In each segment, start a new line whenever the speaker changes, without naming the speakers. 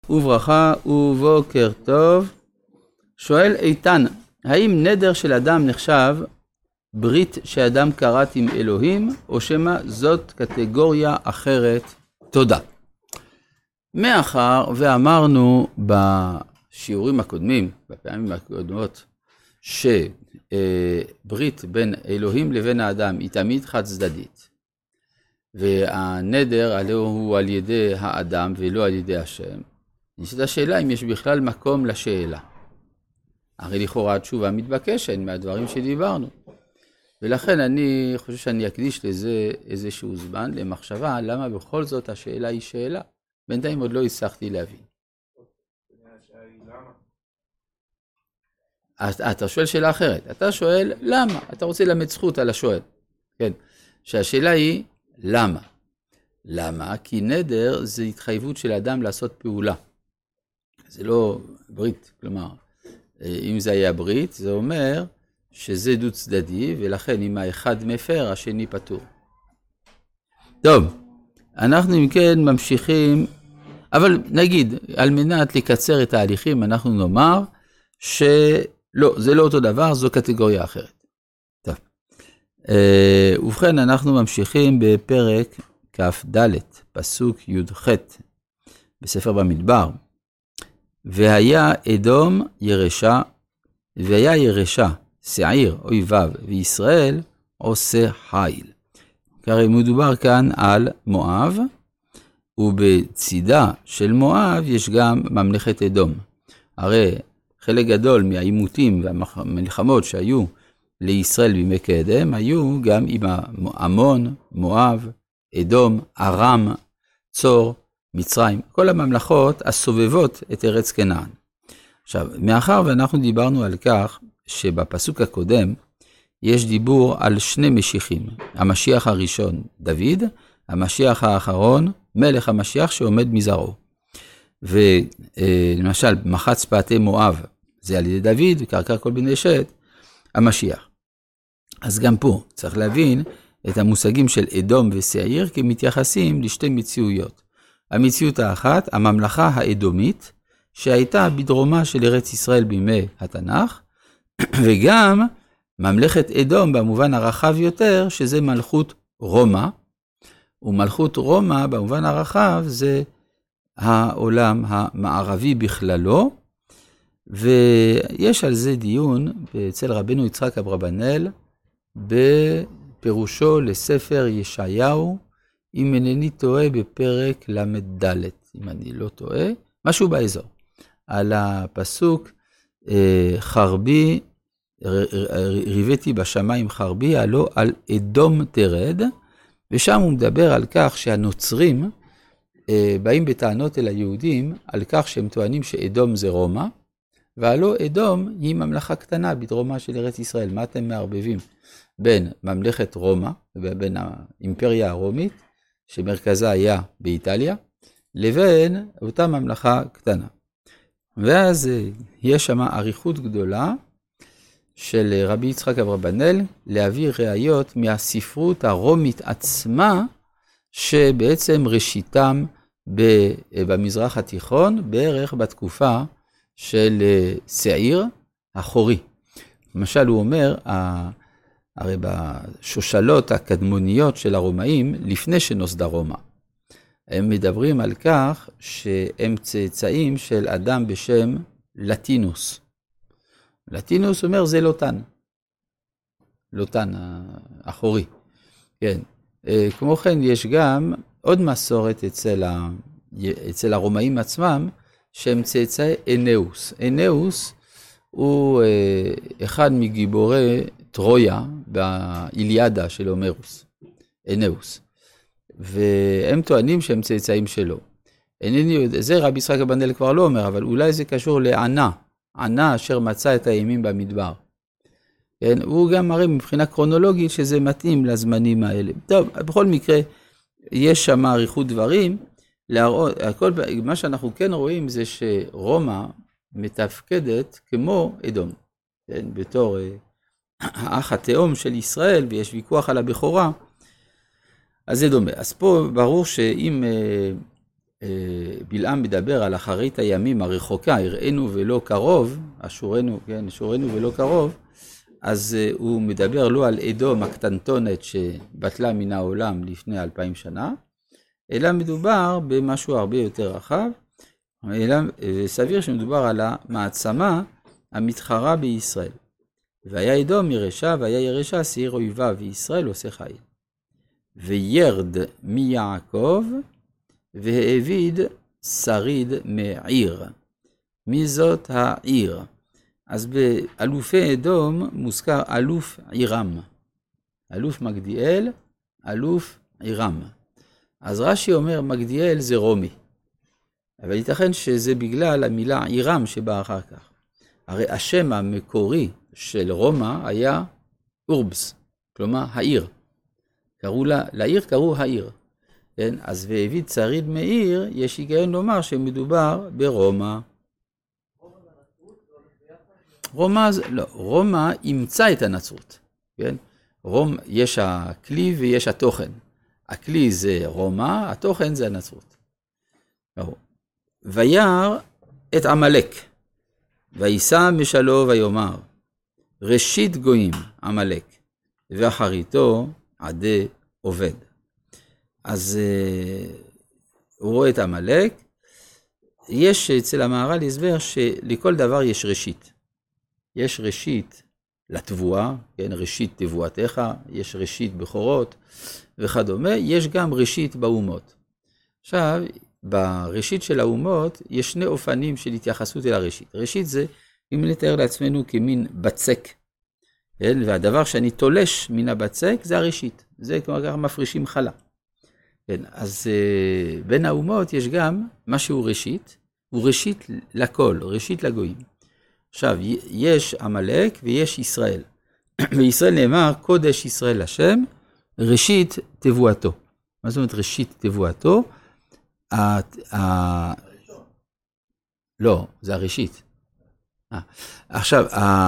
וברכה ובוקר טוב. שואל איתן, האם נדר של אדם נחשב ברית שאדם כרת עם אלוהים, או שמה זאת קטגוריה אחרת? תודה. מאחר ואמרנו בשיעורים הקודמים, בפעמים הקודמות, שברית בין אלוהים לבין האדם היא תמיד חד צדדית, והנדר עליו הוא על ידי האדם ולא על ידי השם, נשאלת השאלה אם יש בכלל מקום לשאלה. הרי לכאורה התשובה מתבקשת מהדברים שדיברנו. ולכן אני חושב שאני אקדיש לזה איזשהו זמן למחשבה למה בכל זאת השאלה היא שאלה. בינתיים עוד לא הצלחתי להבין. אתה שואל שאלה אחרת. אתה שואל למה? אתה רוצה למד זכות על השואל. כן. שהשאלה היא למה? למה? כי נדר זה התחייבות של אדם לעשות פעולה. זה לא ברית. כלומר, אם זה היה ברית, זה אומר שזה דו צדדי, ולכן אם האחד מפר, השני פטור. טוב, אנחנו אם כן ממשיכים, אבל נגיד, על מנת לקצר את ההליכים, אנחנו נאמר שלא, זה לא אותו דבר, זו קטגוריה אחרת. טוב. ובכן, אנחנו ממשיכים בפרק כ"ד, פסוק י"ח, בספר במדבר. והיה אדום ירשה, והיה ירשה, שעיר, אויביו, וישראל עושה חיל. כרי מדובר כאן על מואב, ובצידה של מואב יש גם ממלכת אדום. הרי חלק גדול מהעימותים והמלחמות שהיו לישראל בימי קדם, היו גם עם עמון, מואב, אדום, ארם, צור, מצרים, כל הממלכות הסובבות את ארץ כנען. עכשיו, מאחר ואנחנו דיברנו על כך שבפסוק הקודם יש דיבור על שני משיחים. המשיח הראשון דוד, המשיח האחרון מלך המשיח שעומד מזרעו. ולמשל, מחץ פאתי מואב, זה על ידי דוד, וקרקע כל בני שת, המשיח. אז גם פה צריך להבין את המושגים של אדום ושעיר כמתייחסים לשתי מציאויות. המציאות האחת, הממלכה האדומית, שהייתה בדרומה של ארץ ישראל בימי התנ"ך, וגם ממלכת אדום במובן הרחב יותר, שזה מלכות רומא, ומלכות רומא במובן הרחב זה העולם המערבי בכללו, ויש על זה דיון אצל רבנו יצחק אברבנאל, בפירושו לספר ישעיהו, אם אינני טועה בפרק למד ד', אם אני לא טועה, משהו באזור, על הפסוק חרבי, ריבתי בשמיים חרבי, הלא על אדום תרד, ושם הוא מדבר על כך שהנוצרים באים בטענות אל היהודים, על כך שהם טוענים שאדום זה רומא, והלא אדום היא ממלכה קטנה בדרומה של ארץ ישראל. מה אתם מערבבים בין ממלכת רומא, ובין האימפריה הרומית, שמרכזה היה באיטליה, לבין אותה ממלכה קטנה. ואז יש שם עריכות גדולה של רבי יצחק אברבנאל, להביא ראיות מהספרות הרומית עצמה, שבעצם ראשיתם במזרח התיכון, בערך בתקופה של שעיר החורי. למשל הוא אומר, הרי בשושלות הקדמוניות של הרומאים, לפני שנוסדה רומא, הם מדברים על כך שהם צאצאים של אדם בשם לטינוס. לטינוס אומר זה לוטן. לוטן האחורי. כן. כמו כן יש גם עוד מסורת אצל הרומאים עצמם, שהם צאצאי אנאוס. אנאוס הוא אחד מגיבורי טרויה באיליאדה של הומרוס. אנאוס. והם טוענים שהם צאצאים שלו. זה רבי יצחק אברבנאל כבר לא אומר, אבל אולי זה קשור לענה. ענה אשר מצא את הימים במדבר. כן? הוא גם מראה מבחינה קרונולוגית שזה מתאים לזמנים האלה. טוב, בכל מקרה, יש שם עריכות דברים. להראות, מה שאנחנו כן רואים זה שרומא מתפקדת כמו אדום. כן? בתור האח התאום של ישראל, ויש ויכוח על הבכורה. אז זה דומה. אז פה ברור שאם בלעם מדבר על אחרית הימים הרחוקה, הראינו ולא קרוב, אשורנו, כן, אשורנו ולא קרוב, אז הוא מדבר לא על אדום הקטנטונת שבטלה מן העולם לפני 2000 שנה, אלא מדובר במשהו הרבה יותר רחב, אלא סביר שמדובר על המעצמה המתחרה בישראל. והיה אדום ירשה, והיה ירשה שעיר אויבה, וישראל עושה חיל. וירד מיעקב, והעביד שריד מעיר. מי זאת העיר? אז באלופי אדום מוזכר אלוף עירם. אלוף מגדיאל, אלוף עירם. אז רש"י אומר מגדיאל זה רומי. אבל ייתכן שזה בגלל המילה עירם שבאה אחר כך. הרי השם המקורי של רומא היה אורבס, כלומר העיר. לעיר קראו העיר. כן? אז והעביד שריד מעיר, יש היגיון לומר שמדובר ברומא. רומא אימצה את הנצרות. כן? יש הכלי ויש התוכן. הכלי זה רומא, התוכן זה הנצרות. וירא את עמלק, וישא משלו ויאמר, ראשית גויים עמלק, ואחריתו עדי עובד. אז הוא רואה את עמלק. יש אצל המהר"ל הסבר שלכל דבר יש ראשית. יש ראשית לתבואה, כן, ראשית תבואתך, יש ראשית בכורות וכדומה, יש גם ראשית באומות. עכשיו, בראשית של האומות יש שני אופנים של התייחסות אל הראשית. ראשית זה, אם נתאר לעצמנו כמין בצק, כן? והדבר שאני תולש מן הבצק זה הראשית. זה כמו כך מפרישים חלה. כן? אז בין האומות יש גם משהו ראשית, הוא ראשית לכל, ראשית לגויים. עכשיו, יש עמלק ויש ישראל. וישראל נאמר, קודש ישראל השם, ראשית תבואתו. מה זאת אומרת ראשית תבואתו? לא, זה הראשית. עכשיו,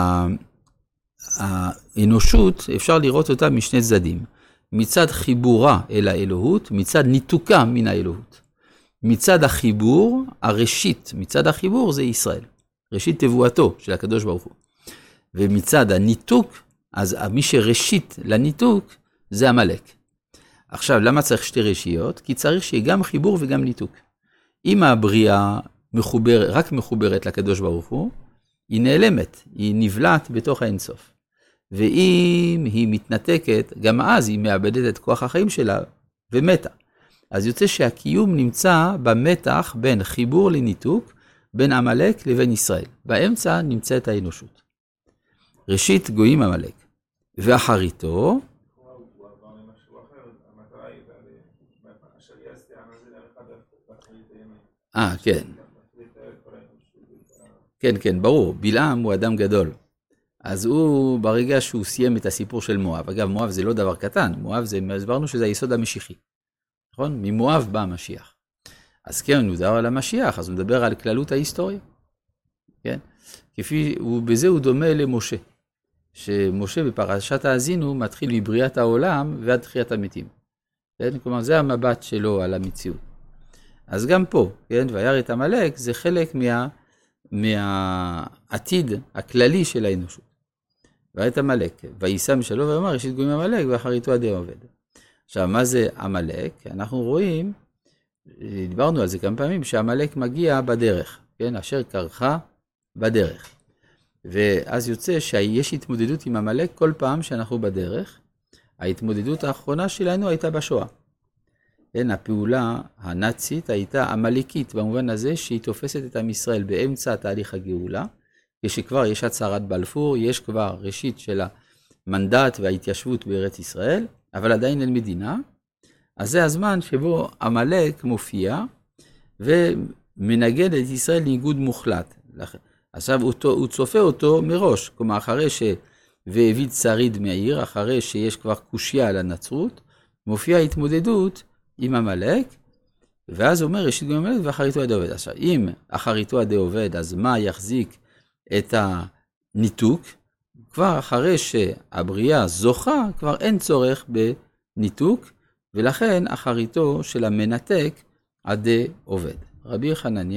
האנושות, אפשר לראות אותה משני צדדים. מצד חיבורה אל האלוהות, מצד ניתוקה מן האלוהות. מצד החיבור, הראשית, מצד החיבור זה ישראל. ראשית תבואתו של הקדוש ברוך הוא. ומצד הניתוק, אז מי שראשית לניתוק, זה עמלק. עכשיו, למה צריך שתי ראשיות? כי צריך שיהיה גם חיבור וגם ניתוק. אם הבריאה רק מחוברת לקדוש ברוך הוא, היא נעלמת, היא נבלעת בתוך האינסוף. ואם היא מתנתקת, גם אז היא מאבדת את כוח החיים שלה ומתה. אז יוצא שהקיום נמצא במתח בין חיבור לניתוק, בין עמלק לבין ישראל. באמצע נמצאת האנושות. ראשית גויים עמלק. ואחריתו, כן. כן, ברור. בלעם הוא אדם גדול. אז הוא, ברגע שהוא סיים את הסיפור של מואב, אגב, מואב זה לא דבר קטן, מואב זה, הסברנו שזה היסוד המשיחי. נכון? ממואב בא המשיח. אז כן, הוא מדבר על המשיח, אז הוא מדבר על כללות ההיסטוריה. כן? בזה הוא דומה למשה. שמשה בפרשת האזינו מתחיל מבריאת העולם ועד תחיית המתים. כן? כלומר, זה המבט שלו על המציאות. אז גם פה, כן? וירא את עמלק, זה חלק מהעתיד הכללי של האנושות. וירא את עמלק, וישא משלו ואמר, ראשית גויים עמלק, ואחריתו עדי עובד. עכשיו, מה זה עמלק? אנחנו רואים, דיברנו על זה כמה פעמים, שעמלק מגיע בדרך, כן? אשר קרחה בדרך. ואז יוצא שיש התמודדות עם עמלק כל פעם שאנחנו בדרך. ההתמודדות האחרונה שלנו הייתה בשואה. כן, הפעולה הנאצית הייתה עמלקית, במובן הזה שהיא תופסת את עם ישראל באמצע תהליך הגאולה, כשכבר יש הצהרת בלפור, יש כבר ראשית של המנדט וההתיישבות בארץ ישראל, אבל עדיין אין מדינה. אז זה הזמן שבו עמלק מופיע ומנגד את ישראל ניגוד מוחלט. עכשיו הוא צופה אותו מראש, כלומר אחרי והעביד שריד מעיר, אחרי שיש כבר קושיה על הנצרות, מופיעה התמודדות עם עמלק, ואז הוא אומר, ראשית גויים עמלק ואחריתו עדי עובד. עכשיו, אם אחריתו עדי עובד, אז מה יחזיק את הניתוק? כבר אחרי שהבריאה זוכה, כבר אין צורך בניתוק, ולכן אחריתו של המנתק עדי עובד. רבי חנניה